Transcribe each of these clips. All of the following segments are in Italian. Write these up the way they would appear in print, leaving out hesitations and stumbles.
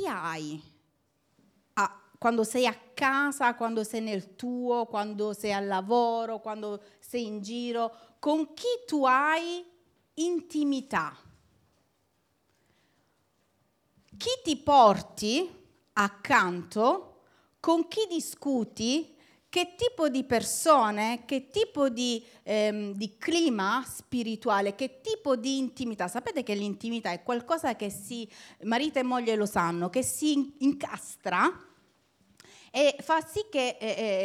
hai quando sei a casa, quando sei nel tuo, quando sei al lavoro, quando sei in giro, con chi tu hai intimità? Chi ti porti accanto, con chi discuti, che tipo di persone, che tipo di clima spirituale, che tipo di intimità. Sapete che l'intimità è qualcosa che marito e moglie lo sanno, che si incastra e fa sì che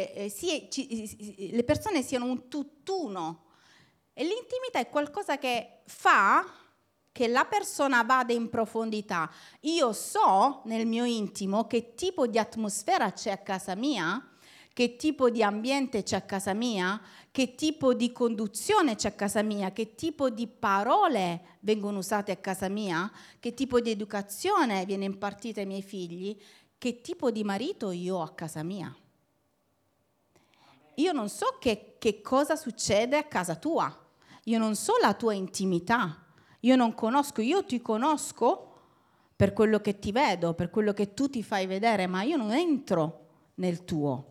le persone siano un tutt'uno. E l'intimità è qualcosa che fa che la persona vada in profondità. Io so nel mio intimo che tipo di atmosfera c'è a casa mia, che tipo di ambiente c'è a casa mia, che tipo di conduzione c'è a casa mia, che tipo di parole vengono usate a casa mia, che tipo di educazione viene impartita ai miei figli, che tipo di marito io ho a casa mia. Io non so che cosa succede a casa tua, io non so la tua intimità, io non conosco, io ti conosco per quello che ti vedo, per quello che tu ti fai vedere, ma io non entro nel tuo.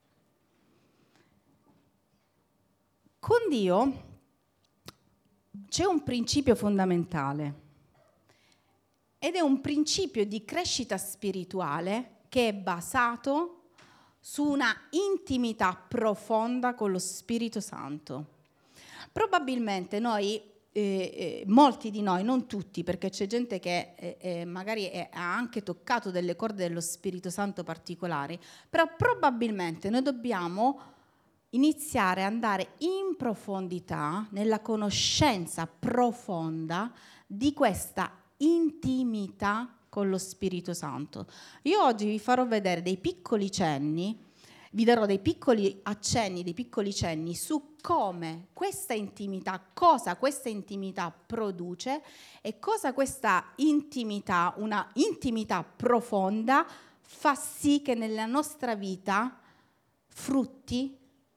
Con Dio c'è un principio fondamentale ed è un principio di crescita spirituale che è basato su una intimità profonda con lo Spirito Santo. Probabilmente noi, molti di noi, non tutti, perché c'è gente che magari ha anche toccato delle corde dello Spirito Santo particolari, però probabilmente noi dobbiamo iniziare ad andare in profondità, nella conoscenza profonda di questa intimità con lo Spirito Santo. Io oggi vi farò vedere dei piccoli cenni, vi darò dei piccoli accenni, dei piccoli cenni su come questa intimità, cosa questa intimità produce e cosa questa intimità, una intimità profonda, fa sì che nella nostra vita frutti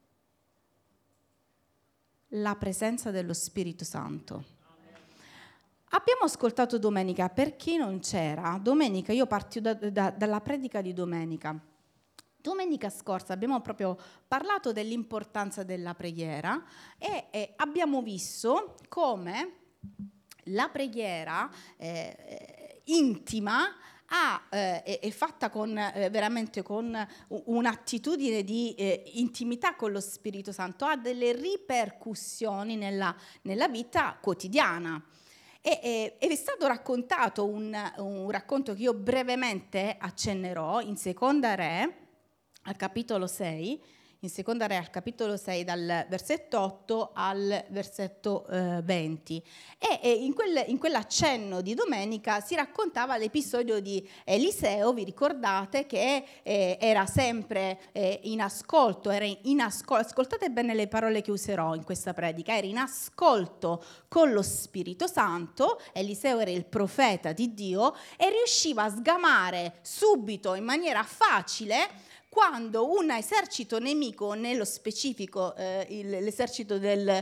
la presenza dello Spirito Santo. Abbiamo ascoltato domenica, per chi non c'era, domenica, io parto dalla predica di domenica. Domenica scorsa abbiamo proprio parlato dell'importanza della preghiera e abbiamo visto come la preghiera intima è fatta veramente con un'attitudine di intimità con lo Spirito Santo, ha delle ripercussioni nella vita quotidiana. E è stato raccontato un racconto che io brevemente accennerò in Seconda Re, al capitolo 6, in Seconda Re al capitolo 6 dal versetto 8 al versetto 20 e in quell'accenno di domenica si raccontava l'episodio di Eliseo, vi ricordate, che era sempre in ascolto, ascoltate bene le parole che userò in questa predica, era in ascolto con lo Spirito Santo. Eliseo era il profeta di Dio e riusciva a sgamare subito, in maniera facile, quando un esercito nemico, nello specifico l'esercito del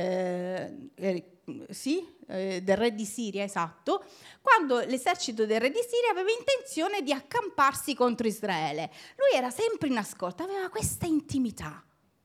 re di Siria, esatto, quando l'esercito del re di Siria aveva intenzione di accamparsi contro Israele. Lui era sempre in ascolto, aveva questa intimità.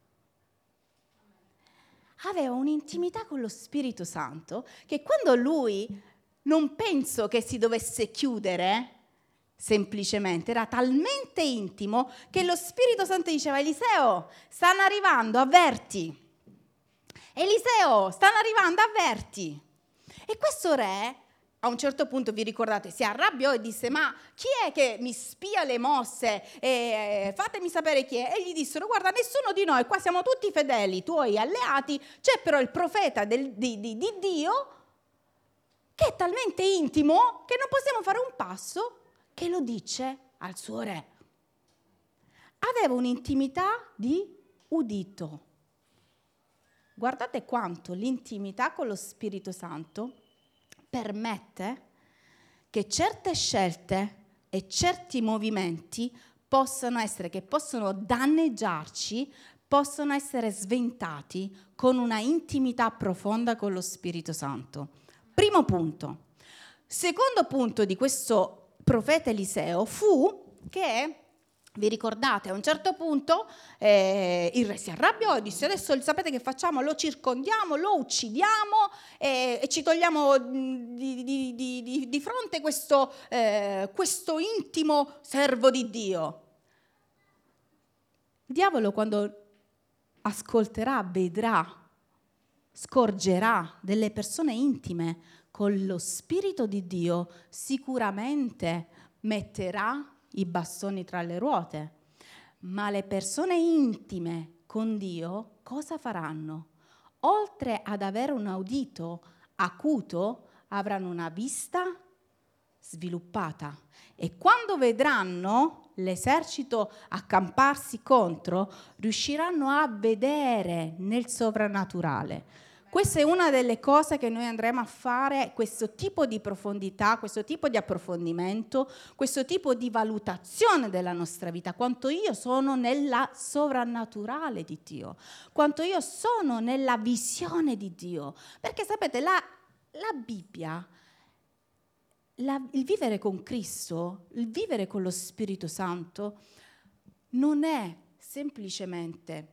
Aveva un'intimità con lo Spirito Santo che quando lui, non penso che si dovesse chiudere, semplicemente era talmente intimo che lo Spirito Santo diceva: Eliseo, stanno arrivando, avverti. Eliseo, stanno arrivando, avverti. E questo re, a un certo punto, vi ricordate, si arrabbiò e disse: ma chi è che mi spia le mosse? Fatemi sapere chi è. E gli dissero: guarda, nessuno di noi, qua siamo tutti fedeli, tuoi alleati, c'è però il profeta di Dio che è talmente intimo che non possiamo fare un passo che lo dice al suo re. Aveva un'intimità di udito. Guardate quanto l'intimità con lo Spirito Santo permette che certe scelte e certi movimenti che possono danneggiarci, possono essere sventati con una intimità profonda con lo Spirito Santo. Primo punto. Secondo punto di questo profeta Eliseo fu che, vi ricordate, a un certo punto il re si arrabbiò e disse: adesso sapete che facciamo? Lo circondiamo, lo uccidiamo e ci togliamo di fronte questo intimo servo di Dio. Il diavolo, quando ascolterà, vedrà, scorgerà delle persone intime con lo Spirito di Dio, sicuramente metterà i bastoni tra le ruote. Ma le persone intime con Dio cosa faranno? Oltre ad avere un udito acuto, avranno una vista sviluppata, e quando vedranno l'esercito accamparsi contro, riusciranno a vedere nel sovrannaturale. Questa è una delle cose che noi andremo a fare, questo tipo di profondità, questo tipo di approfondimento, questo tipo di valutazione della nostra vita, quanto io sono nella sovrannaturale di Dio, quanto io sono nella visione di Dio. Perché sapete, la Bibbia, il vivere con Cristo, il vivere con lo Spirito Santo, non è semplicemente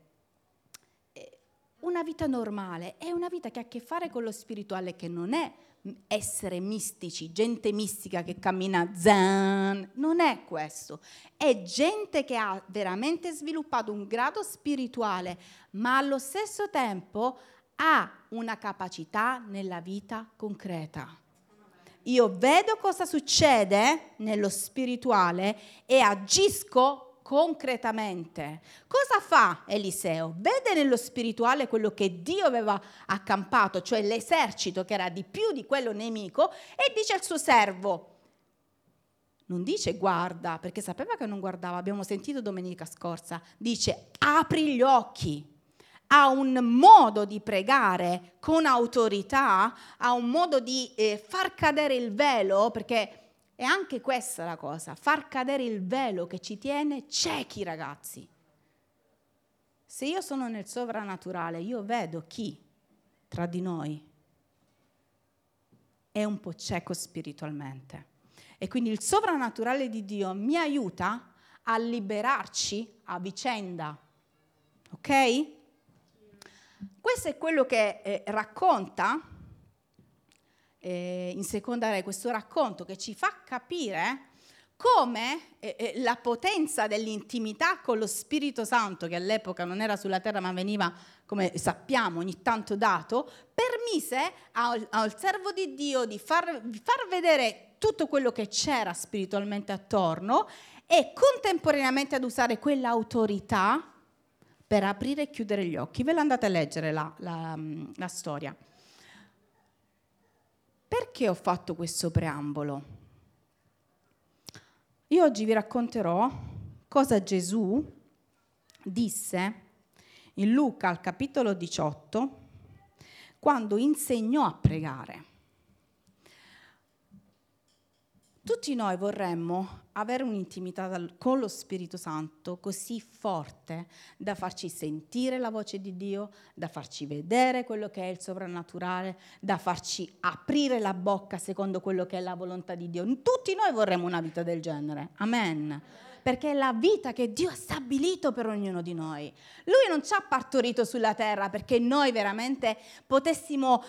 una vita normale, è una vita che ha a che fare con lo spirituale, che non è essere mistici, gente mistica che cammina zen, non è questo, è gente che ha veramente sviluppato un grado spirituale, ma allo stesso tempo ha una capacità nella vita concreta. Io vedo cosa succede nello spirituale e agisco concretamente. Cosa fa Eliseo? Vede nello spirituale quello che Dio aveva accampato, cioè l'esercito che era di più di quello nemico, e dice al suo servo, non dice guarda, perché sapeva che non guardava, abbiamo sentito domenica scorsa, dice apri gli occhi. Ha un modo di pregare con autorità, ha un modo di far cadere il velo, perché è anche questa la cosa, far cadere il velo che ci tiene ciechi, ragazzi. Se io sono nel sovrannaturale, io vedo chi tra di noi è un po' cieco spiritualmente. E quindi il sovrannaturale di Dio mi aiuta a liberarci a vicenda. Ok? Questo è quello che racconta in Seconda Re, questo racconto che ci fa capire come la potenza dell'intimità con lo Spirito Santo, che all'epoca non era sulla terra ma veniva, come sappiamo, ogni tanto dato, permise al servo di Dio di far vedere tutto quello che c'era spiritualmente attorno e contemporaneamente ad usare quell'autorità per aprire e chiudere gli occhi. Ve lo andate a leggere la storia. Perché ho fatto questo preambolo? Io oggi vi racconterò cosa Gesù disse in Luca al capitolo 18 quando insegnò a pregare. Tutti noi vorremmo avere un'intimità con lo Spirito Santo così forte da farci sentire la voce di Dio, da farci vedere quello che è il sovrannaturale, da farci aprire la bocca secondo quello che è la volontà di Dio. Tutti noi vorremmo una vita del genere. Amen. Perché è la vita che Dio ha stabilito per ognuno di noi. Lui non ci ha partorito sulla terra perché noi veramente potessimo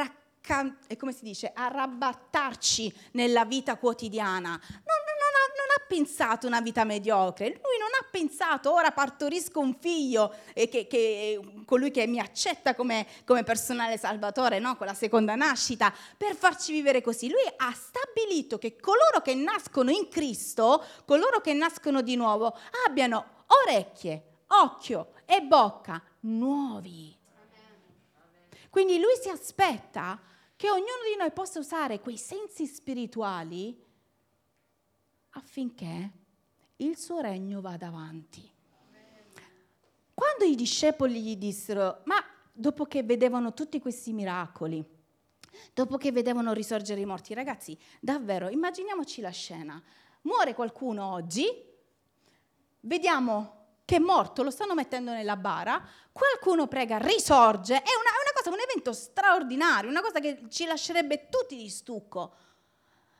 arrabattarci nella vita quotidiana. Non ha pensato una vita mediocre. Lui non ha pensato ora partorisco un figlio colui che mi accetta come personale salvatore, no? Con la seconda nascita, per farci vivere così. Lui ha stabilito che coloro che nascono in Cristo, coloro che nascono di nuovo, abbiano orecchie, occhio e bocca nuovi. Quindi lui si aspetta che ognuno di noi possa usare quei sensi spirituali affinché il suo regno vada avanti. Quando i discepoli gli dissero, ma dopo che vedevano tutti questi miracoli, dopo che vedevano risorgere i morti, ragazzi, davvero, immaginiamoci la scena. Muore qualcuno oggi, vediamo che è morto, lo stanno mettendo nella bara, qualcuno prega, risorge, è una cosa, un evento straordinario, una cosa che ci lascerebbe tutti di stucco.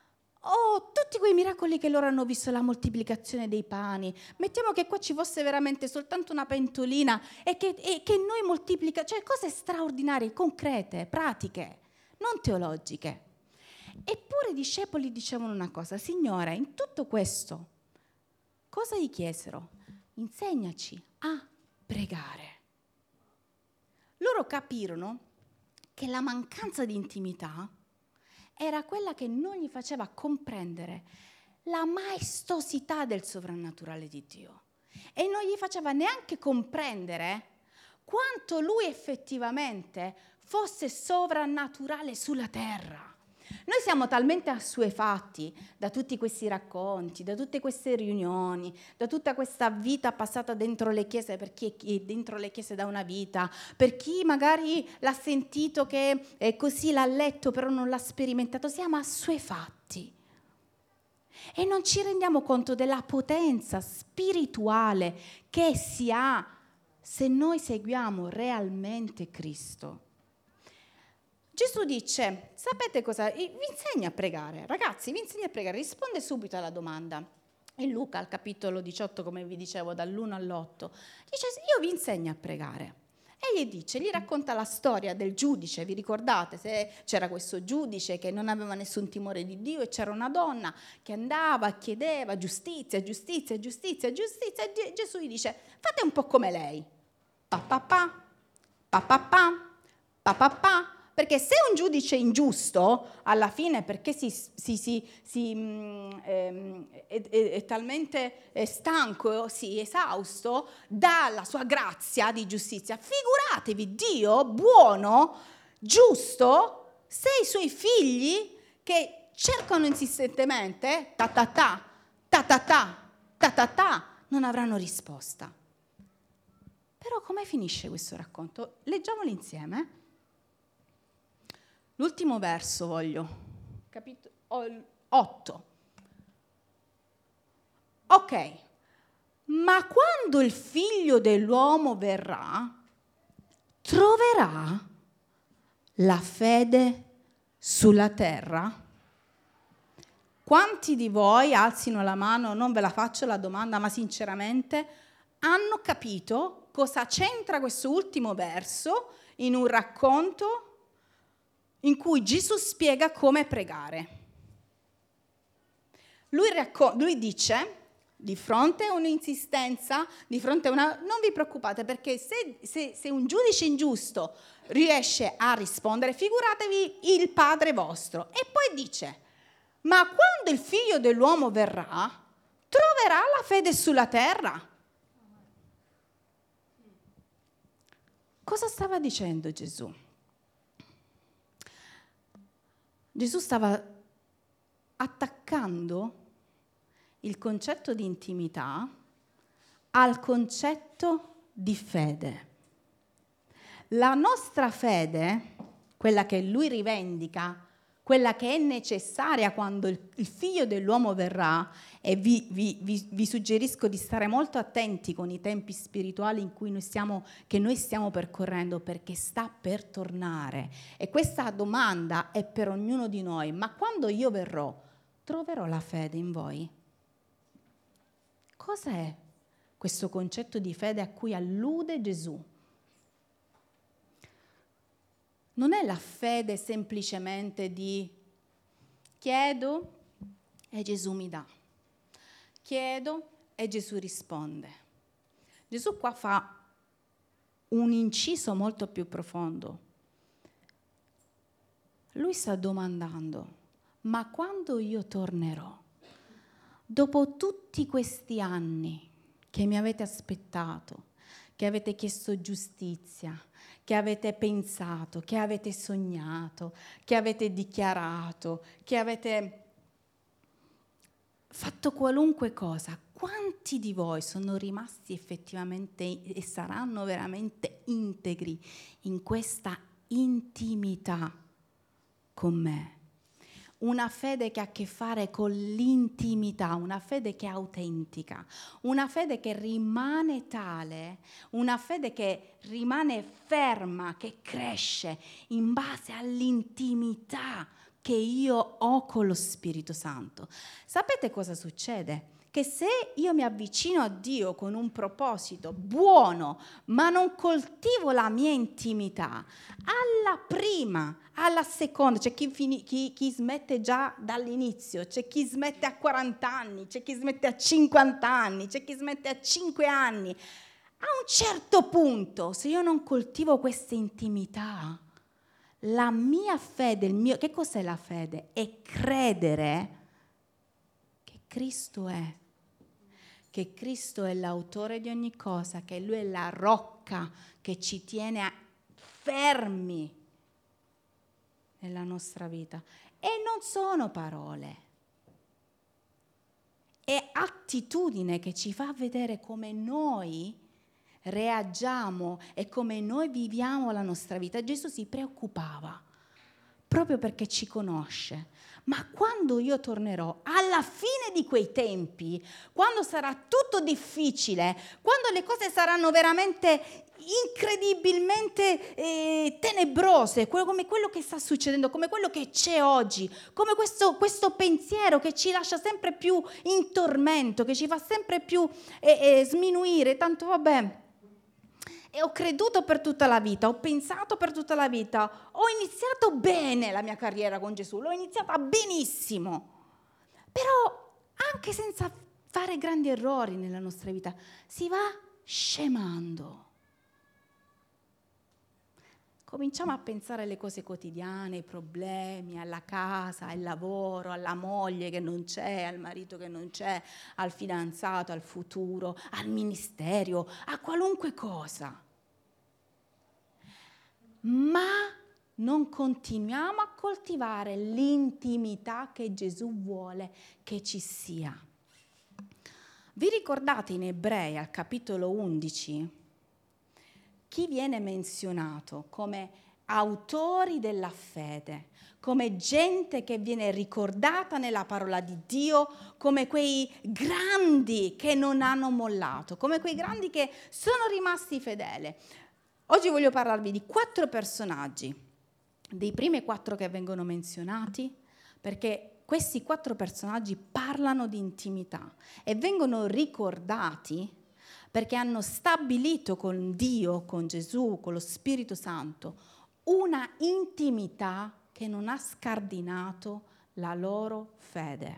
o tutti quei miracoli che loro hanno visto, la moltiplicazione dei pani. Mettiamo che qua ci fosse veramente soltanto una pentolina e che noi moltiplica, cioè cose straordinarie, concrete, pratiche, non teologiche. Eppure i discepoli dicevano una cosa: Signore, in tutto questo, cosa gli chiesero? Insegnaci a pregare. Loro capirono che la mancanza di intimità era quella che non gli faceva comprendere la maestosità del sovrannaturale di Dio e non gli faceva neanche comprendere quanto Lui effettivamente fosse sovrannaturale sulla terra. Noi siamo talmente assuefatti da tutti questi racconti, da tutte queste riunioni, da tutta questa vita passata dentro le chiese, per chi è dentro le chiese da una vita, per chi magari l'ha sentito che è così, l'ha letto però non l'ha sperimentato, siamo assuefatti e non ci rendiamo conto della potenza spirituale che si ha se noi seguiamo realmente Cristo. Gesù dice: sapete cosa? Vi insegna a pregare, ragazzi, vi insegna a pregare, risponde subito alla domanda. In Luca, al capitolo 18, come vi dicevo, dall'1 all'8, dice: io vi insegno a pregare. E gli racconta la storia del giudice, vi ricordate? Se c'era questo giudice che non aveva nessun timore di Dio e c'era una donna che andava e chiedeva giustizia, giustizia, giustizia, giustizia, e Gesù gli dice: fate un po' come lei. Pa pa pa, pa pa pa, pa pa pa. Perché se un giudice ingiusto, alla fine, perché è talmente stanco, esausto, dà la sua grazia di giustizia, figuratevi Dio, buono, giusto, se i suoi figli che cercano insistentemente, non avranno risposta. Però come finisce questo racconto? Leggiamolo insieme. L'ultimo verso voglio, capitolo 8. Ok, ma quando il figlio dell'uomo verrà, troverà la fede sulla terra? Quanti di voi, alzino la mano, non ve la faccio la domanda, ma sinceramente, hanno capito cosa c'entra questo ultimo verso in un racconto in cui Gesù spiega come pregare? Lui dice, di fronte a un'insistenza, di fronte a una... non vi preoccupate, perché se un giudice ingiusto riesce a rispondere, figuratevi il Padre vostro. E poi dice: ma quando il Figlio dell'uomo verrà, troverà la fede sulla terra? Cosa stava dicendo Gesù? Gesù stava attaccando il concetto di intimità al concetto di fede. La nostra fede, quella che lui rivendica, quella che è necessaria quando il figlio dell'uomo verrà, e vi suggerisco di stare molto attenti con i tempi spirituali in cui che noi stiamo percorrendo, perché sta per tornare. E questa domanda è per ognuno di noi: ma quando io verrò, troverò la fede in voi? Cos'è questo concetto di fede a cui allude Gesù? Non è la fede semplicemente di chiedo e Gesù mi dà, chiedo e Gesù risponde. Gesù qua fa un inciso molto più profondo. Lui sta domandando: ma quando io tornerò, dopo tutti questi anni che mi avete aspettato, che avete chiesto giustizia, che avete pensato, che avete sognato, che avete dichiarato, che avete fatto qualunque cosa, quanti di voi sono rimasti effettivamente e saranno veramente integri in questa intimità con me? Una fede che ha a che fare con l'intimità, una fede che è autentica, una fede che rimane tale, una fede che rimane ferma, che cresce in base all'intimità che io ho con lo Spirito Santo. Sapete cosa succede? Che se io mi avvicino a Dio con un proposito buono, ma non coltivo la mia intimità, alla prima, alla seconda, c'è chi smette già dall'inizio, c'è chi smette a 40 anni, c'è chi smette a 50 anni, c'è chi smette a 5 anni. A un certo punto, se io non coltivo questa intimità, la mia fede, che cos'è la fede? È credere che Cristo è. Che Cristo è l'autore di ogni cosa, che Lui è la rocca che ci tiene fermi nella nostra vita. E non sono parole, è attitudine che ci fa vedere come noi reagiamo e come noi viviamo la nostra vita. Gesù si preoccupava proprio perché ci conosce. Ma quando io tornerò, alla fine di quei tempi, quando sarà tutto difficile, quando le cose saranno veramente incredibilmente tenebrose, come quello che sta succedendo, come quello che c'è oggi, come questo pensiero che ci lascia sempre più in tormento, che ci fa sempre più sminuire, tanto vabbè. E ho creduto per tutta la vita, ho pensato per tutta la vita, ho iniziato bene la mia carriera con Gesù, l'ho iniziata benissimo, però anche senza fare grandi errori nella nostra vita, si va scemando. Cominciamo a pensare alle cose quotidiane, ai problemi, alla casa, al lavoro, alla moglie che non c'è, al marito che non c'è, al fidanzato, al futuro, al ministero, a qualunque cosa. Ma non continuiamo a coltivare l'intimità che Gesù vuole che ci sia. Vi ricordate in Ebrei al capitolo 11 chi viene menzionato come autori della fede, come gente che viene ricordata nella parola di Dio, come quei grandi che non hanno mollato, come quei grandi che sono rimasti fedeli. Oggi voglio parlarvi di 4 personaggi, dei primi 4 che vengono menzionati, perché questi 4 personaggi parlano di intimità e vengono ricordati perché hanno stabilito con Dio, con Gesù, con lo Spirito Santo, una intimità che non ha scardinato la loro fede.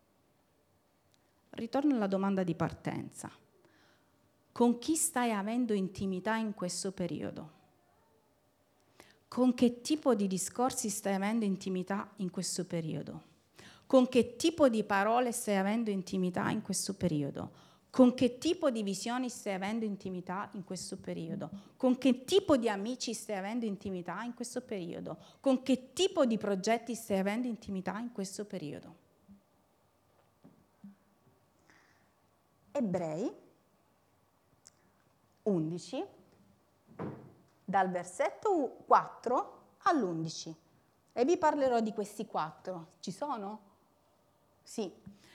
Ritorno alla domanda di partenza. Con chi stai avendo intimità in questo periodo? Con che tipo di discorsi stai avendo intimità in questo periodo? Con che tipo di parole stai avendo intimità in questo periodo? Con che tipo di visioni stai avendo intimità in questo periodo? Con che tipo di amici stai avendo intimità in questo periodo? Con che tipo di progetti stai avendo intimità in questo periodo? Ebrei 11, dal versetto 4 all'11. E vi parlerò di questi 4. Ci sono? Sì.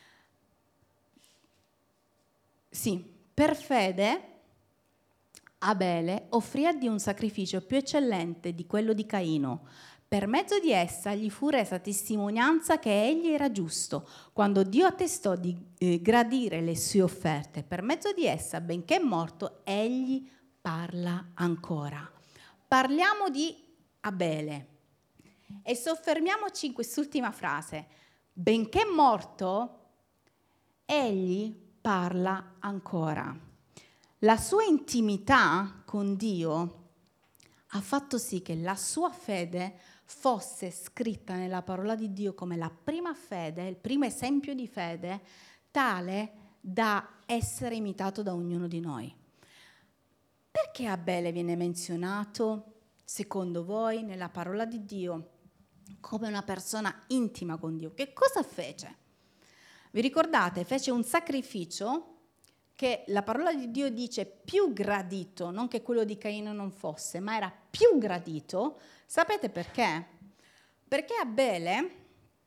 Sì, per fede Abele offrì a Dio un sacrificio più eccellente di quello di Caino. Per mezzo di essa gli fu resa testimonianza che egli era giusto, quando Dio attestò di gradire le sue offerte. Per mezzo di essa, benché morto, egli parla ancora. Parliamo di Abele e soffermiamoci in quest'ultima frase. Benché morto, egli parla ancora. La sua intimità con Dio ha fatto sì che la sua fede fosse scritta nella parola di Dio come la prima fede, il primo esempio di fede, tale da essere imitato da ognuno di noi. Perché Abele viene menzionato, secondo voi, nella parola di Dio come una persona intima con Dio? Che cosa fece? Vi ricordate? Fece un sacrificio che la parola di Dio dice più gradito, non che quello di Caino non fosse, ma era più gradito. Sapete perché? Perché Abele,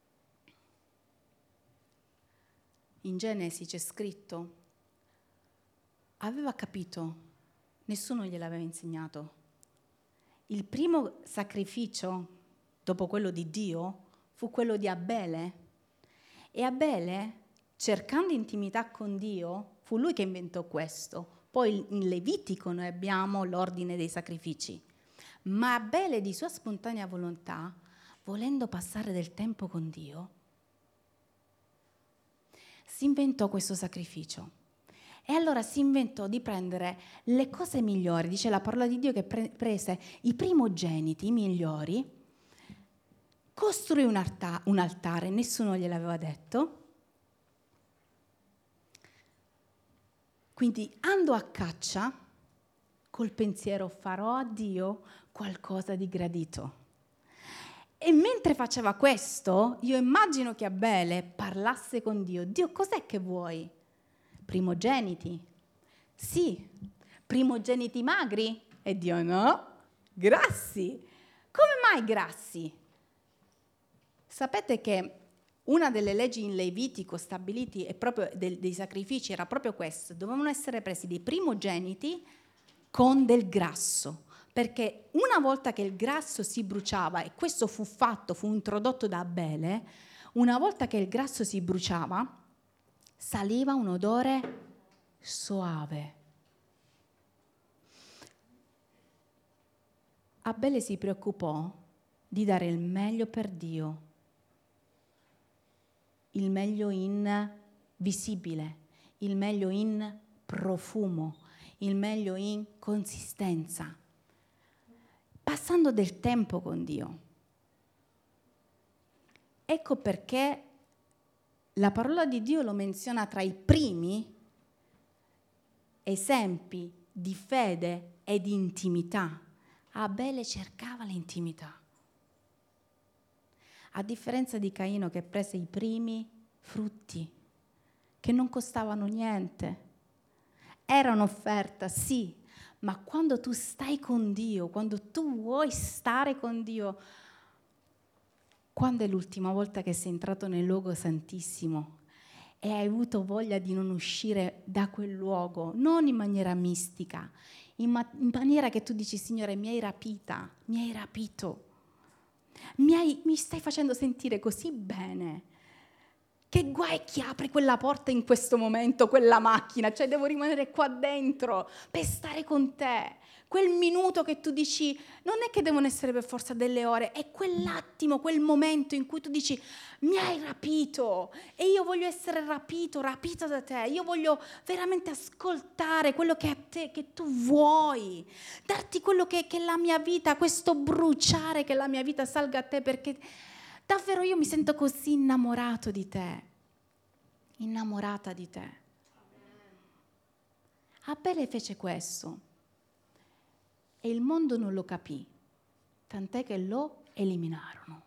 in Genesi c'è scritto, aveva capito, nessuno gliel'aveva insegnato. Il primo sacrificio, dopo quello di Dio, fu quello di Abele. E Abele, cercando intimità con Dio, fu lui che inventò questo. Poi in Levitico noi abbiamo l'ordine dei sacrifici. Ma Abele di sua spontanea volontà, volendo passare del tempo con Dio, si inventò questo sacrificio. E allora si inventò di prendere le cose migliori, dice la parola di Dio che prese i primogeniti, i migliori, costruì un altare, nessuno gliel'aveva detto. Quindi andò a caccia col pensiero: farò a Dio qualcosa di gradito. E mentre faceva questo, io immagino che Abele parlasse con Dio. Dio, cos'è che vuoi? Primogeniti? Sì. Primogeniti magri? E Dio no. Grassi? Come mai grassi? Sapete che una delle leggi in Levitico stabiliti è proprio dei sacrifici era proprio questo: dovevano essere presi dei primogeniti con del grasso, perché una volta che il grasso si bruciava, e questo fu introdotto da Abele, una volta che il grasso si bruciava, saliva un odore soave. Abele si preoccupò di dare il meglio per Dio, il meglio in visibile, il meglio in profumo, il meglio in consistenza, passando del tempo con Dio. Ecco perché la parola di Dio lo menziona tra i primi esempi di fede e di intimità. Abele cercava l'intimità. A differenza di Caino che prese i primi frutti, che non costavano niente. Era un'offerta, sì, ma quando tu stai con Dio, quando tu vuoi stare con Dio, quando è l'ultima volta che sei entrato nel luogo santissimo e hai avuto voglia di non uscire da quel luogo, non in maniera mistica, in maniera che tu dici: Signore, mi hai rapita, mi hai rapito, mi stai facendo sentire così bene, che guai chi apre quella porta in questo momento, quella macchina, cioè devo rimanere qua dentro per stare con te. Quel minuto che tu dici, non è che devono essere per forza delle ore, è quell'attimo, quel momento in cui tu dici: mi hai rapito e io voglio essere rapito da te, io voglio veramente ascoltare quello che tu vuoi, darti quello che è la mia vita, questo bruciare che la mia vita salga a te, perché davvero io mi sento così innamorato di te, innamorata di te. Abele fece questo e il mondo non lo capì, tant'è che lo eliminarono.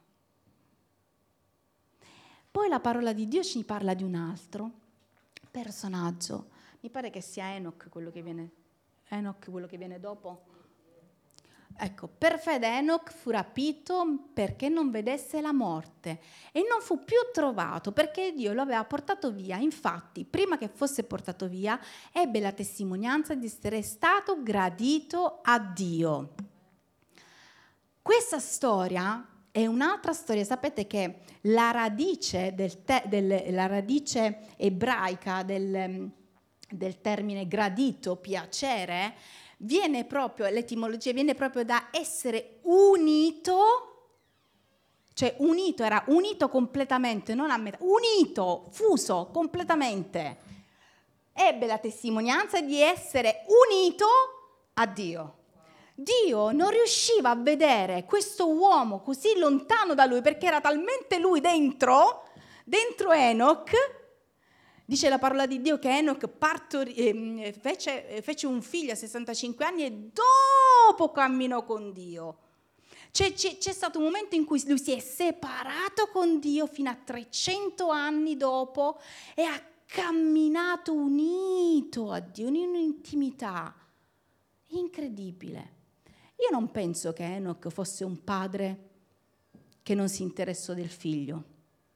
Poi la parola di Dio ci parla di un altro personaggio, mi pare che sia Enoch quello che viene dopo. Ecco, per fede Enoch fu rapito perché non vedesse la morte e non fu più trovato perché Dio lo aveva portato via. Infatti, prima che fosse portato via, ebbe la testimonianza di essere stato gradito a Dio. Questa storia è un'altra storia. Sapete che la radice, la radice ebraica del termine gradito, piacere, viene proprio, l'etimologia viene proprio da essere unito, cioè unito, era unito completamente, non a metà, unito, fuso completamente. Ebbe la testimonianza di essere unito a Dio. Dio non riusciva a vedere questo uomo così lontano da lui perché era talmente lui dentro Enoch. Dice la parola di Dio che Enoch fece un figlio a 65 anni e dopo camminò con Dio. C'è stato un momento in cui lui si è separato con Dio fino a 300 anni dopo e ha camminato unito a Dio, in un'intimità incredibile. Io non penso che Enoch fosse un padre che non si interessò del figlio.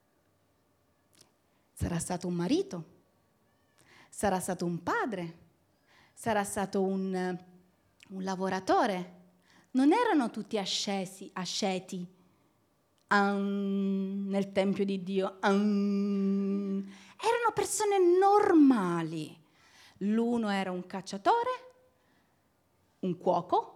Sarà stato un marito, sarà stato un padre, sarà stato un lavoratore. Non erano tutti asceti nel tempio di Dio. Erano persone normali. L'uno era un cacciatore, un cuoco,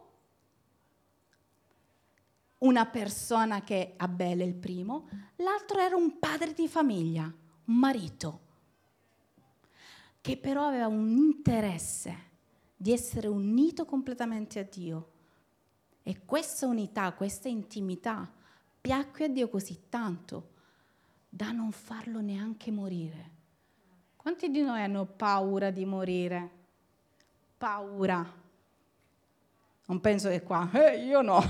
una persona che Abele il primo, l'altro era un padre di famiglia, un marito, che però aveva un interesse di essere unito completamente a Dio. E questa unità, questa intimità piacque a Dio così tanto da non farlo neanche morire. Quanti di noi hanno paura di morire? Paura. Non penso che qua, io no.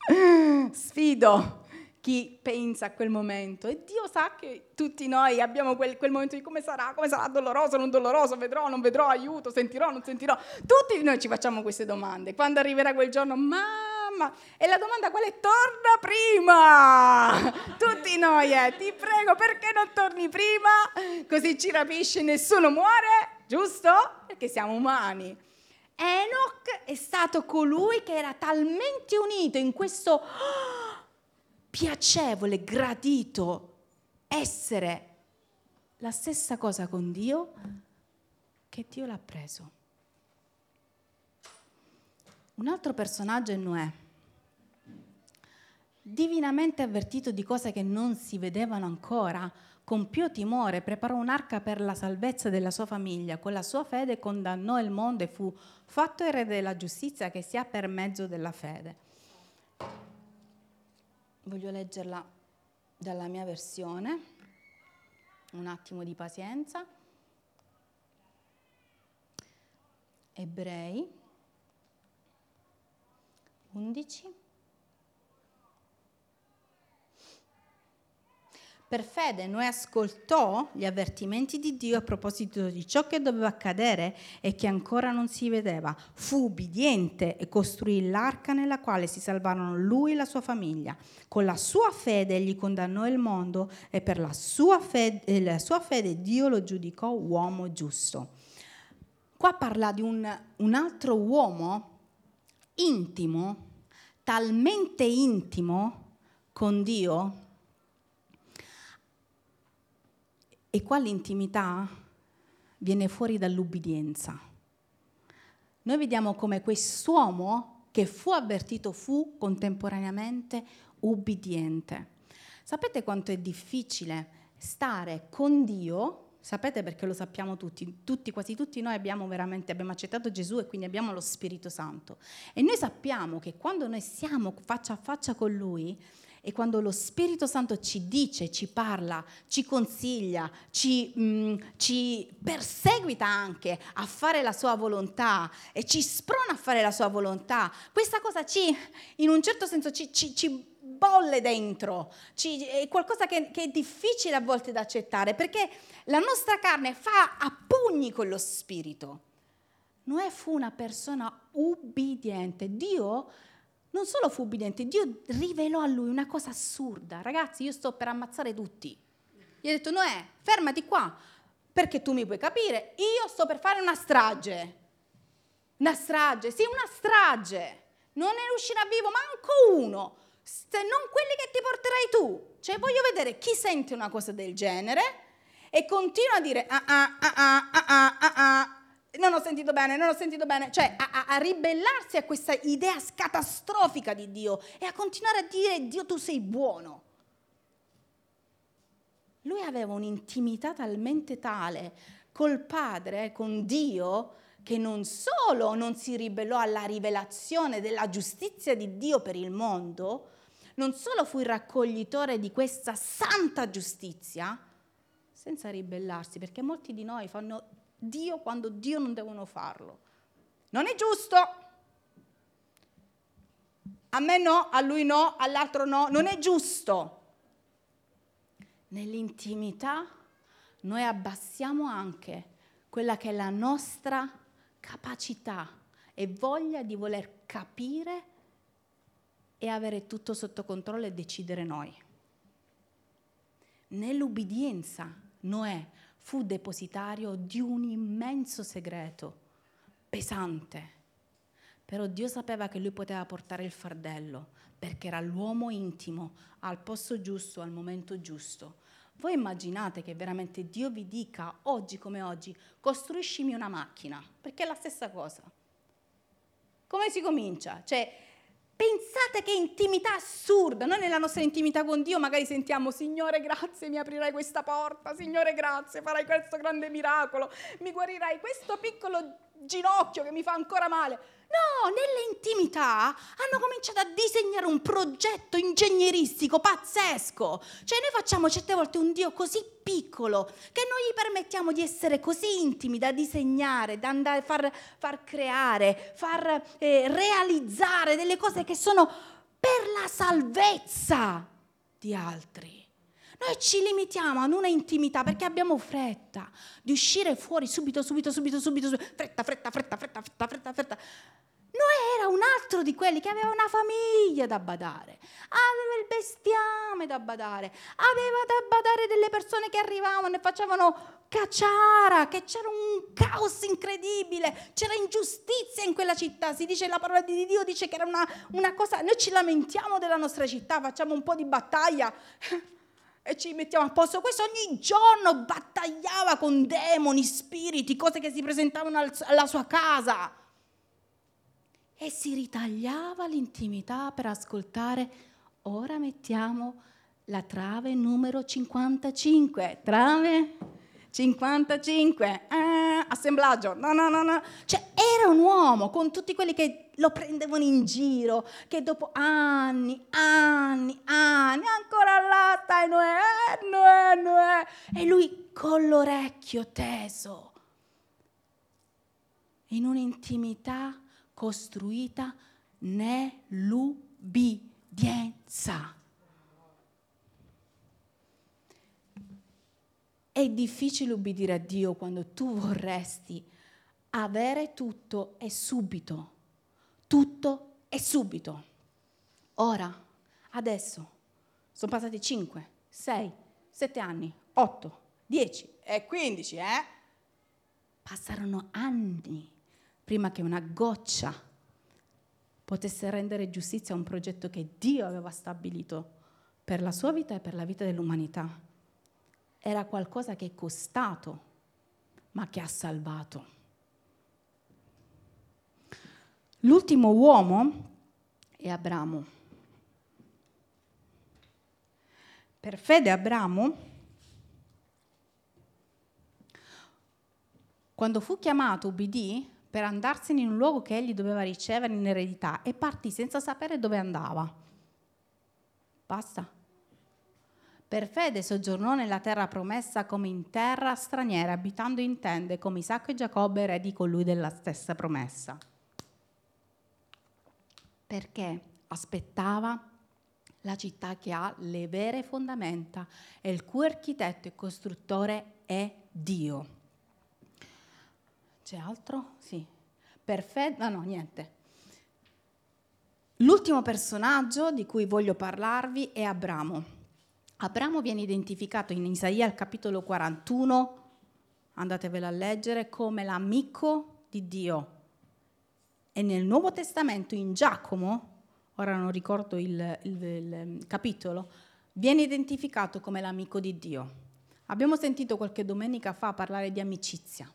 Sfido chi pensa a quel momento. E Dio sa che tutti noi abbiamo quel momento di come sarà, doloroso, non doloroso, vedrò, non vedrò, aiuto, sentirò, non sentirò. Tutti noi ci facciamo queste domande. Quando arriverà quel giorno, mamma, e la domanda qual è? Torna prima! Tutti noi, ti prego, perché non torni prima? Così ci rapisci e nessuno muore, giusto? Perché siamo umani. Enoch è stato colui che era talmente unito in questo piacevole, gradito essere la stessa cosa con Dio, che Dio l'ha preso. Un altro personaggio è Noè, divinamente avvertito di cose che non si vedevano ancora, con più timore preparò un'arca per la salvezza della sua famiglia. Con la sua fede condannò il mondo e fu fatto erede della giustizia che si ha per mezzo della fede. Voglio leggerla dalla mia versione, un attimo di pazienza. Ebrei 11. Per fede Noè ascoltò gli avvertimenti di Dio a proposito di ciò che doveva accadere e che ancora non si vedeva. Fu ubbidiente e costruì l'arca nella quale si salvarono lui e la sua famiglia. Con la sua fede egli condannò il mondo e per la sua fede Dio lo giudicò uomo giusto. Qua parla di un altro uomo intimo, talmente intimo con Dio. E qua l'intimità viene fuori dall'ubbidienza. Noi vediamo come quest'uomo che fu avvertito fu contemporaneamente ubbidiente. Sapete quanto è difficile stare con Dio? Sapete perché lo sappiamo tutti, quasi tutti noi abbiamo accettato Gesù e quindi abbiamo lo Spirito Santo. E noi sappiamo che quando noi siamo faccia a faccia con Lui, e quando lo Spirito Santo ci dice, ci parla, ci consiglia, ci perseguita anche a fare la sua volontà e ci sprona a fare la sua volontà, questa cosa in un certo senso ci bolle dentro, è qualcosa che è difficile a volte da accettare, perché la nostra carne fa a pugni con lo Spirito. Noè fu una persona ubbidiente. Dio non solo fu ubbidiente, Dio rivelò a lui una cosa assurda. Ragazzi, io sto per ammazzare tutti. Gli ha detto: Noè, fermati qua, perché tu mi puoi capire, io sto per fare una strage. Una strage, sì, una strage. Non ne uscirà vivo manco uno, se non quelli che ti porterai tu. Cioè, voglio vedere chi sente una cosa del genere e continua a dire non ho sentito bene, cioè a ribellarsi a questa idea catastrofica di Dio e a continuare a dire: Dio, tu sei buono. Lui aveva un'intimità talmente tale col Padre, con Dio, che non solo non si ribellò alla rivelazione della giustizia di Dio per il mondo, non solo fu il raccoglitore di questa santa giustizia, senza ribellarsi, perché molti di noi fanno Dio quando Dio non devono farlo. Non è giusto. A me no, a lui no, all'altro no, non è giusto. Nell'intimità noi abbassiamo anche quella che è la nostra capacità e voglia di voler capire e avere tutto sotto controllo e decidere noi. Nell'ubbidienza Noè fu depositario di un immenso segreto, pesante, Però Dio sapeva che lui poteva portare il fardello, perché era l'uomo intimo, al posto giusto, al momento giusto. Voi immaginate che veramente Dio vi dica, oggi come oggi, costruiscimi una macchina, perché è la stessa cosa. Come si comincia? Cioè, pensate che intimità assurda. Noi nella nostra intimità con Dio magari sentiamo: Signore grazie, mi aprirai questa porta, Signore grazie, farai questo grande miracolo, mi guarirai questo piccolo ginocchio che mi fa ancora male. No, nelle intimità hanno cominciato a disegnare un progetto ingegneristico pazzesco. Cioè noi facciamo certe volte un Dio così piccolo che noi gli permettiamo di essere così intimi da disegnare, da andare far creare, far realizzare delle cose che sono per la salvezza di altri. Noi ci limitiamo ad una intimità perché abbiamo fretta di uscire fuori subito, fretta. Noè era un altro di quelli che aveva una famiglia da badare, aveva il bestiame da badare, aveva da badare delle persone che arrivavano e facevano cacciara, che c'era un caos incredibile, c'era ingiustizia in quella città. Si dice, la parola di Dio dice che era una cosa, noi ci lamentiamo della nostra città, facciamo un po' di battaglia e ci mettiamo a posto. Questo ogni giorno battagliava con demoni, spiriti, cose che si presentavano alla sua casa. E si ritagliava l'intimità per ascoltare. Ora mettiamo la trave numero 55. Trave 55. Assemblaggio. No. Cioè era un uomo con tutti quelli che lo prendevano in giro, che dopo anni, ancora là stai Noè. E lui con l'orecchio teso, in un'intimità costruita nell'ubbidienza. È difficile ubbidire a Dio quando tu vorresti avere tutto e subito. Tutto e subito. Ora, adesso, sono passati 5, 6, 7 anni, 8, 10 e 15, Passarono anni prima che una goccia potesse rendere giustizia a un progetto che Dio aveva stabilito per la sua vita e per la vita dell'umanità. Era qualcosa che è costato, ma che ha salvato. L'ultimo uomo è Abramo. Per fede Abramo, quando fu chiamato, ubbidì per andarsene in un luogo che egli doveva ricevere in eredità e partì senza sapere dove andava. Basta. Per fede soggiornò nella terra promessa come in terra straniera, abitando in tende come Isacco e Giacobbe, eredi con lui della stessa promessa. Perché aspettava la città che ha le vere fondamenta e il cui architetto e costruttore è Dio. C'è altro? Sì. Per fede, no, niente. L'ultimo personaggio di cui voglio parlarvi è Abramo. Abramo viene identificato in Isaia al capitolo 41, andatevelo a leggere, come l'amico di Dio. E nel Nuovo Testamento, in Giacomo, ora non ricordo il capitolo, viene identificato come l'amico di Dio. Abbiamo sentito qualche domenica fa parlare di amicizia.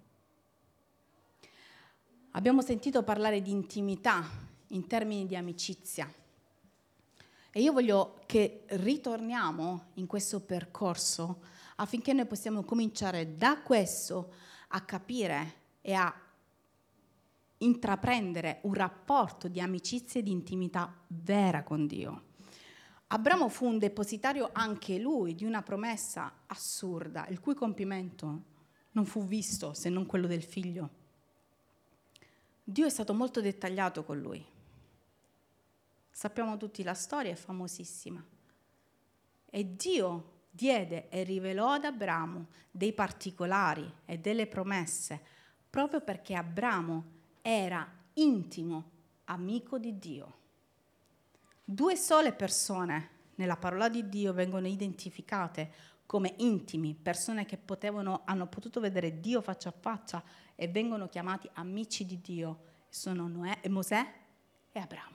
Abbiamo sentito parlare di intimità in termini di amicizia. E io voglio che ritorniamo in questo percorso affinché noi possiamo cominciare da questo a capire e a intraprendere un rapporto di amicizia e di intimità vera con Dio. Abramo fu un depositario anche lui di una promessa assurda, il cui compimento non fu visto se non quello del figlio. Dio è stato molto dettagliato con lui. Sappiamo tutti la storia, è famosissima. E Dio diede e rivelò ad Abramo dei particolari e delle promesse, proprio perché Abramo era intimo amico di Dio. 2 sole persone nella parola di Dio vengono identificate come intimi, persone che hanno potuto vedere Dio faccia a faccia e vengono chiamati amici di Dio, sono Mosè e Abramo.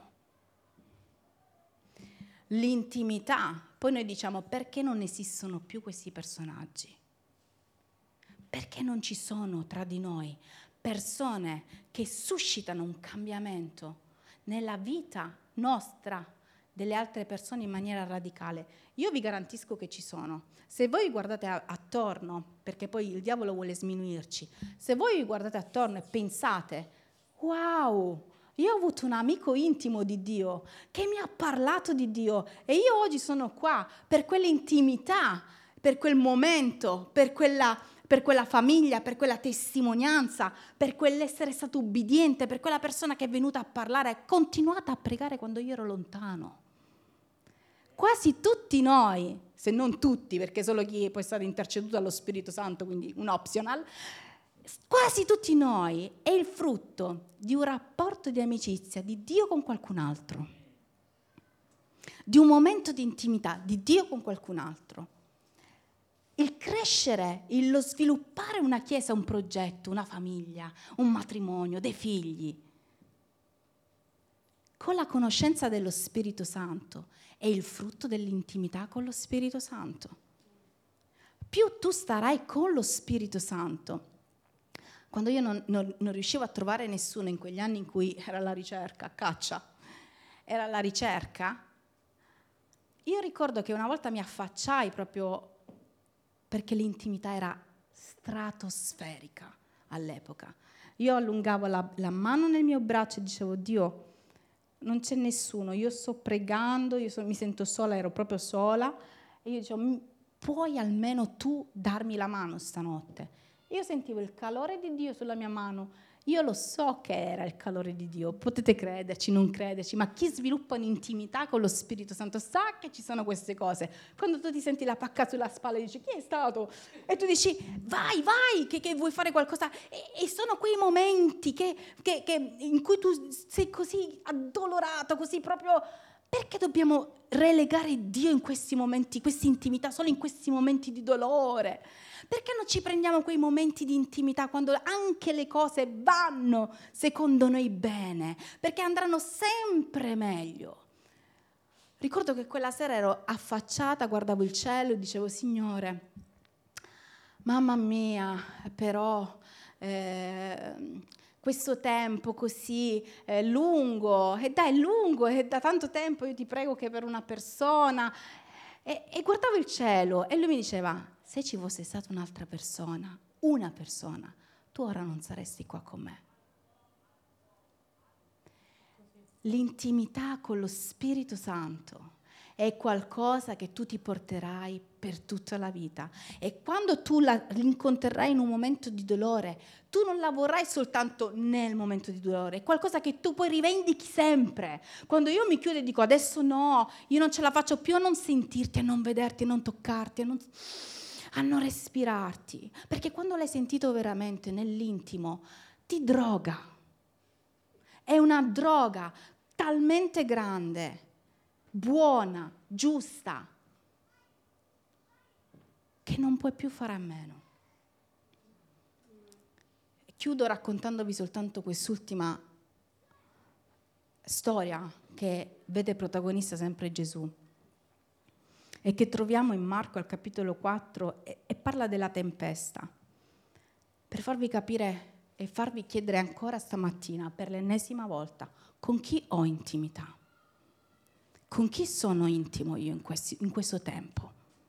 L'intimità, poi noi diciamo perché non esistono più questi personaggi? Perché non ci sono tra di noi persone che suscitano un cambiamento nella vita nostra, delle altre persone in maniera radicale? Io vi garantisco che ci sono. Se voi guardate attorno, perché poi il diavolo vuole sminuirci, se voi vi guardate attorno e pensate, wow, io ho avuto un amico intimo di Dio che mi ha parlato di Dio e io oggi sono qua per quell'intimità, per quel momento, per quella famiglia, per quella testimonianza, per quell'essere stato ubbidiente, per quella persona che è venuta a parlare, continuate a pregare quando io ero lontano. Quasi tutti noi, se non tutti, perché solo chi poi è stato interceduto dallo Spirito Santo, quindi un optional, quasi tutti noi è il frutto di un rapporto di amicizia di Dio con qualcun altro, di un momento di intimità di Dio con qualcun altro. Il crescere, lo sviluppare una chiesa, un progetto, una famiglia, un matrimonio, dei figli, con la conoscenza dello Spirito Santo è il frutto dell'intimità con lo Spirito Santo. Più tu starai con lo Spirito Santo. Quando io non riuscivo a trovare nessuno in quegli anni in cui era la ricerca, a caccia, era la ricerca, io ricordo che una volta mi affacciai proprio perché l'intimità era stratosferica all'epoca. Io allungavo la mano nel mio braccio e dicevo, Dio, non c'è nessuno, io sto pregando, mi sento sola, ero proprio sola, e io dicevo, puoi almeno tu darmi la mano stanotte? Io sentivo il calore di Dio sulla mia mano, io lo so che era il calore di Dio, potete crederci, non crederci, ma chi sviluppa un'intimità con lo Spirito Santo sa che ci sono queste cose. Quando tu ti senti la pacca sulla spalla e dici, chi è stato? E tu dici, vai, che vuoi fare qualcosa. E sono quei momenti in cui tu sei così addolorato, così proprio... Perché dobbiamo relegare Dio in questi momenti, questa intimità, solo in questi momenti di dolore? Perché non ci prendiamo quei momenti di intimità quando anche le cose vanno secondo noi bene? Perché andranno sempre meglio. Ricordo che quella sera ero affacciata, guardavo il cielo e dicevo, Signore, mamma mia, però... questo tempo così lungo, e da tanto tempo io ti prego che per una persona, e guardavo il cielo e lui mi diceva, se ci fosse stata un'altra persona, una persona, tu ora non saresti qua con me. L'intimità con lo Spirito Santo è qualcosa che tu ti porterai per tutta la vita, e quando tu l'incontrerai in un momento di dolore, tu non la vorrai soltanto nel momento di dolore, è qualcosa che tu poi rivendichi sempre. Quando io mi chiudo e dico adesso no, io non ce la faccio più a non sentirti, a non vederti, a non toccarti, a non respirarti, perché quando l'hai sentito veramente nell'intimo ti droga, è una droga talmente grande, buona, giusta, che non puoi più fare a meno. Chiudo raccontandovi soltanto quest'ultima storia che vede protagonista sempre Gesù e che troviamo in Marco al capitolo 4 e parla della tempesta, per farvi capire e farvi chiedere ancora stamattina per l'ennesima volta con chi ho intimità, con chi sono intimo io in questo tempo,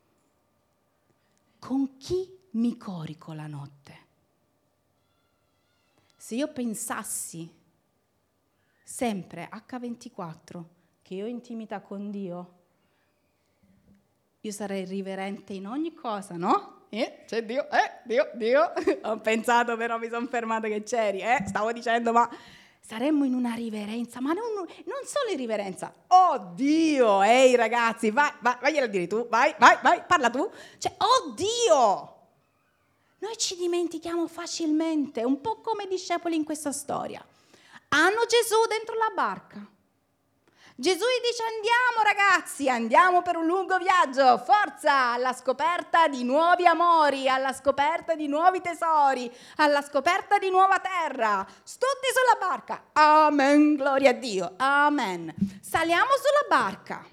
con chi mi corico la notte. Se io pensassi sempre H24 che io ho intimità con Dio, io sarei riverente in ogni cosa, no? C'è Dio, Dio. Ho pensato, però mi sono fermata che c'eri, stavo dicendo, ma saremmo in una riverenza, ma non solo in riverenza. Oh Dio, ehi ragazzi, vai a dire tu, vai, parla tu. Cioè, oh Dio! Noi ci dimentichiamo facilmente, un po' come i discepoli in questa storia. Hanno Gesù dentro la barca. Gesù gli dice: andiamo ragazzi, andiamo per un lungo viaggio, forza, alla scoperta di nuovi amori, alla scoperta di nuovi tesori, alla scoperta di nuova terra. Tutti sulla barca. Amen, gloria a Dio, amen. Saliamo sulla barca.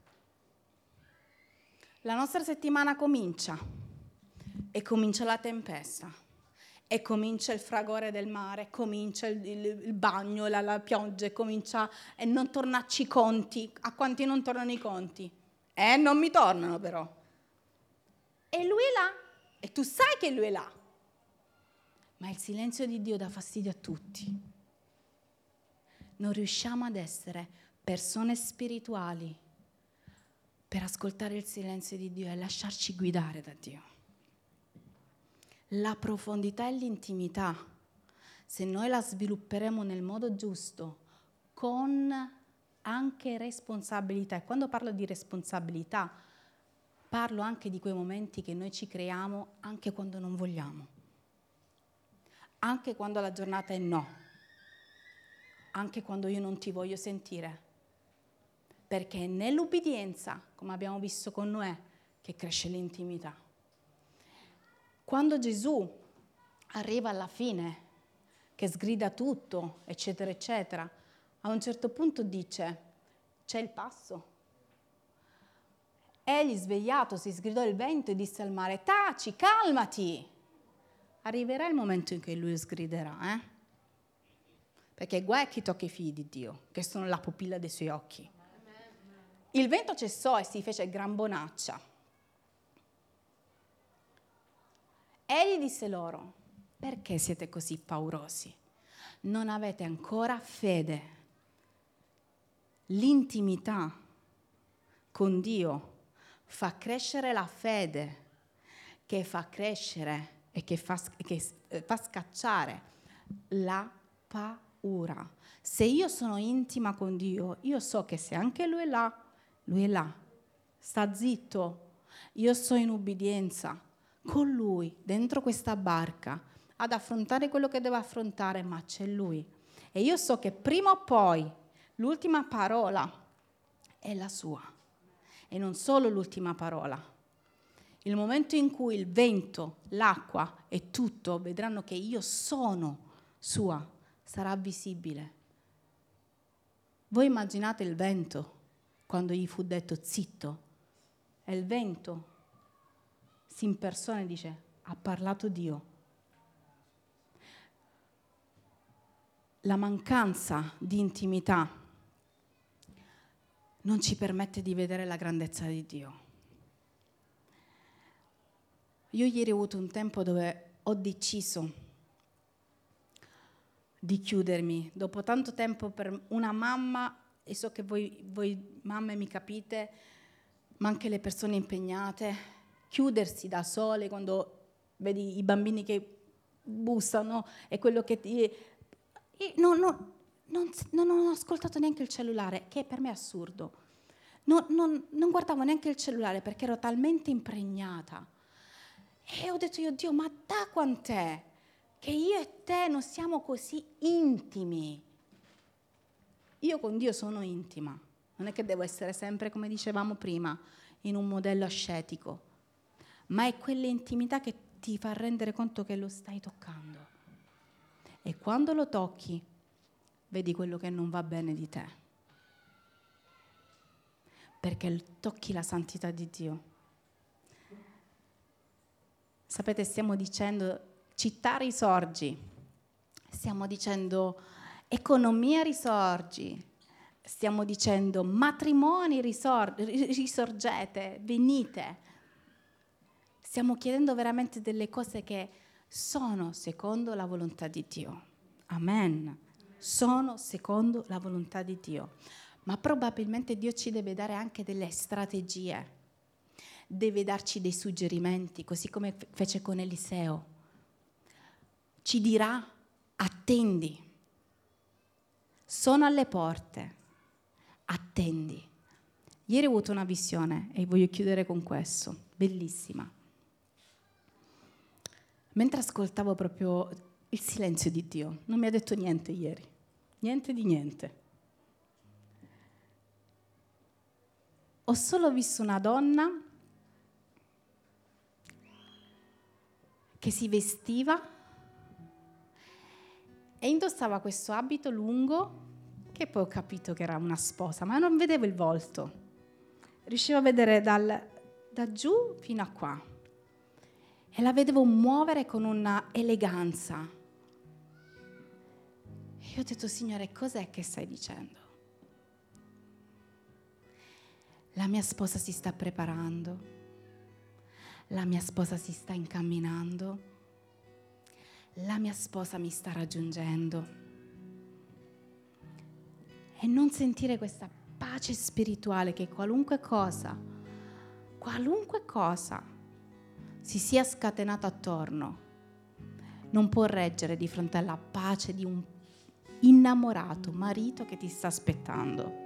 La nostra settimana comincia e comincia la tempesta. E comincia il fragore del mare, comincia il bagno, la pioggia, comincia e non tornarci i conti. A quanti non tornano i conti? Non mi tornano però. E lui è là, e tu sai che lui è là. Ma il silenzio di Dio dà fastidio a tutti. Non riusciamo ad essere persone spirituali per ascoltare il silenzio di Dio e lasciarci guidare da Dio. La profondità e l'intimità, se noi la svilupperemo nel modo giusto, con anche responsabilità, e quando parlo di responsabilità, parlo anche di quei momenti che noi ci creiamo anche quando non vogliamo, anche quando la giornata è no, anche quando io non ti voglio sentire, perché è nell'ubbidienza, come abbiamo visto con Noè, che cresce l'intimità. Quando Gesù arriva alla fine, che sgrida tutto, eccetera, eccetera, a un certo punto dice: c'è il passo. Egli, svegliato, si sgridò il vento e disse al mare: taci, calmati. Arriverà il momento in cui lui sgriderà, perché guai a chi tocca i figli di Dio, che sono la pupilla dei suoi occhi. Il vento cessò e si fece gran bonaccia. Egli disse loro: perché siete così paurosi? Non avete ancora fede. L'intimità con Dio fa crescere la fede, che fa crescere e che fa scacciare la paura. Se io sono intima con Dio, io so che se anche Lui è là, sta zitto, io sto in ubbidienza con Lui, dentro questa barca, ad affrontare quello che deve affrontare, ma c'è Lui. E io so che prima o poi l'ultima parola è la sua. E non solo l'ultima parola. Il momento in cui il vento, l'acqua e tutto vedranno che io sono sua, sarà visibile. Voi immaginate il vento quando gli fu detto zitto, e il vento si impersona e dice: ha parlato Dio. La mancanza di intimità non ci permette di vedere la grandezza di Dio. Io ieri ho avuto un tempo dove ho deciso di chiudermi. Dopo tanto tempo per una mamma, e so che voi mamme mi capite, ma anche le persone impegnate, chiudersi da sole quando vedi i bambini che bussano e quello che ti... non ho ascoltato neanche il cellulare, che per me è assurdo. Non guardavo neanche il cellulare perché ero talmente impregnata. E ho detto io: Dio, ma da quant'è che io e te non siamo così intimi? Io con Dio sono intima. Non è che devo essere sempre, come dicevamo prima, in un modello ascetico, ma è quell'intimità che ti fa rendere conto che lo stai toccando. E quando lo tocchi, vedi quello che non va bene di te. Perché tocchi la santità di Dio. Sapete, stiamo dicendo città risorgi, stiamo dicendo economia risorgi, stiamo dicendo matrimoni risorgete, venite. Stiamo chiedendo veramente delle cose che sono secondo la volontà di Dio. Amen. Sono secondo la volontà di Dio. Ma probabilmente Dio ci deve dare anche delle strategie. Deve darci dei suggerimenti, così come fece con Eliseo. Ci dirà: attendi. Sono alle porte. Attendi. Ieri ho avuto una visione e voglio chiudere con questo, bellissima. Mentre ascoltavo proprio il silenzio di Dio, non mi ha detto niente ieri, niente di niente. ho solo visto una donna che si vestiva e indossava questo abito lungo, che poi ho capito che era una sposa, ma non vedevo il volto. Riuscivo a vedere da giù fino a qua. E la vedevo muovere con una eleganza. E io ho detto, Signore, cos'è che stai dicendo? La mia sposa si sta preparando, la mia sposa si sta incamminando, la mia sposa mi sta raggiungendo. E non sentire questa pace spirituale che qualunque cosa si sia scatenata attorno, non può reggere di fronte alla pace di un innamorato marito che ti sta aspettando.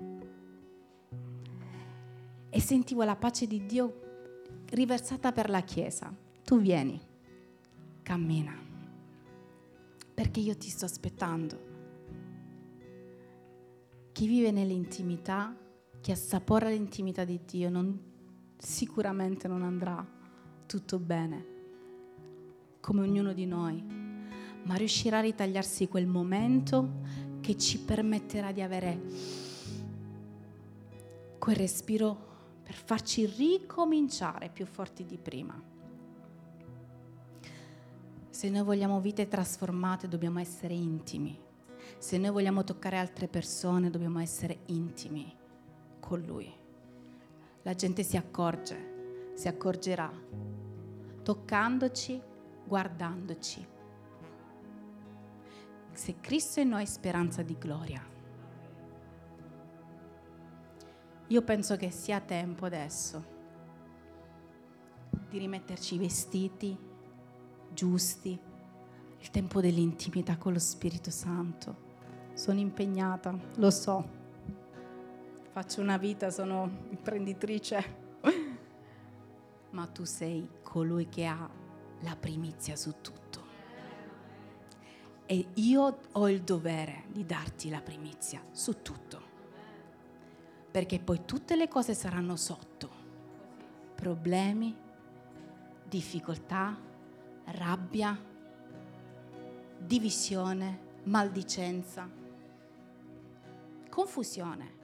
E sentivo la pace di Dio riversata per la Chiesa. Tu vieni, cammina, perché io ti sto aspettando. Chi vive nell'intimità, chi assapora l'intimità di Dio, sicuramente non andrà tutto bene, come ognuno di noi, ma riuscirà a ritagliarsi quel momento che ci permetterà di avere quel respiro per farci ricominciare più forti di prima. Se noi vogliamo vite trasformate, dobbiamo essere intimi. Se noi vogliamo toccare altre persone, dobbiamo essere intimi con Lui. La gente si accorgerà, toccandoci, guardandoci. Se Cristo è in noi, speranza di gloria. Io penso che sia tempo adesso di rimetterci i vestiti giusti, il tempo dell'intimità con lo Spirito Santo. Sono impegnata, lo so, faccio una vita, sono imprenditrice, ma tu sei colui che ha la primizia su tutto. E io ho il dovere di darti la primizia su tutto. Perché poi tutte le cose saranno sotto. Problemi, difficoltà, rabbia, divisione, maldicenza, confusione.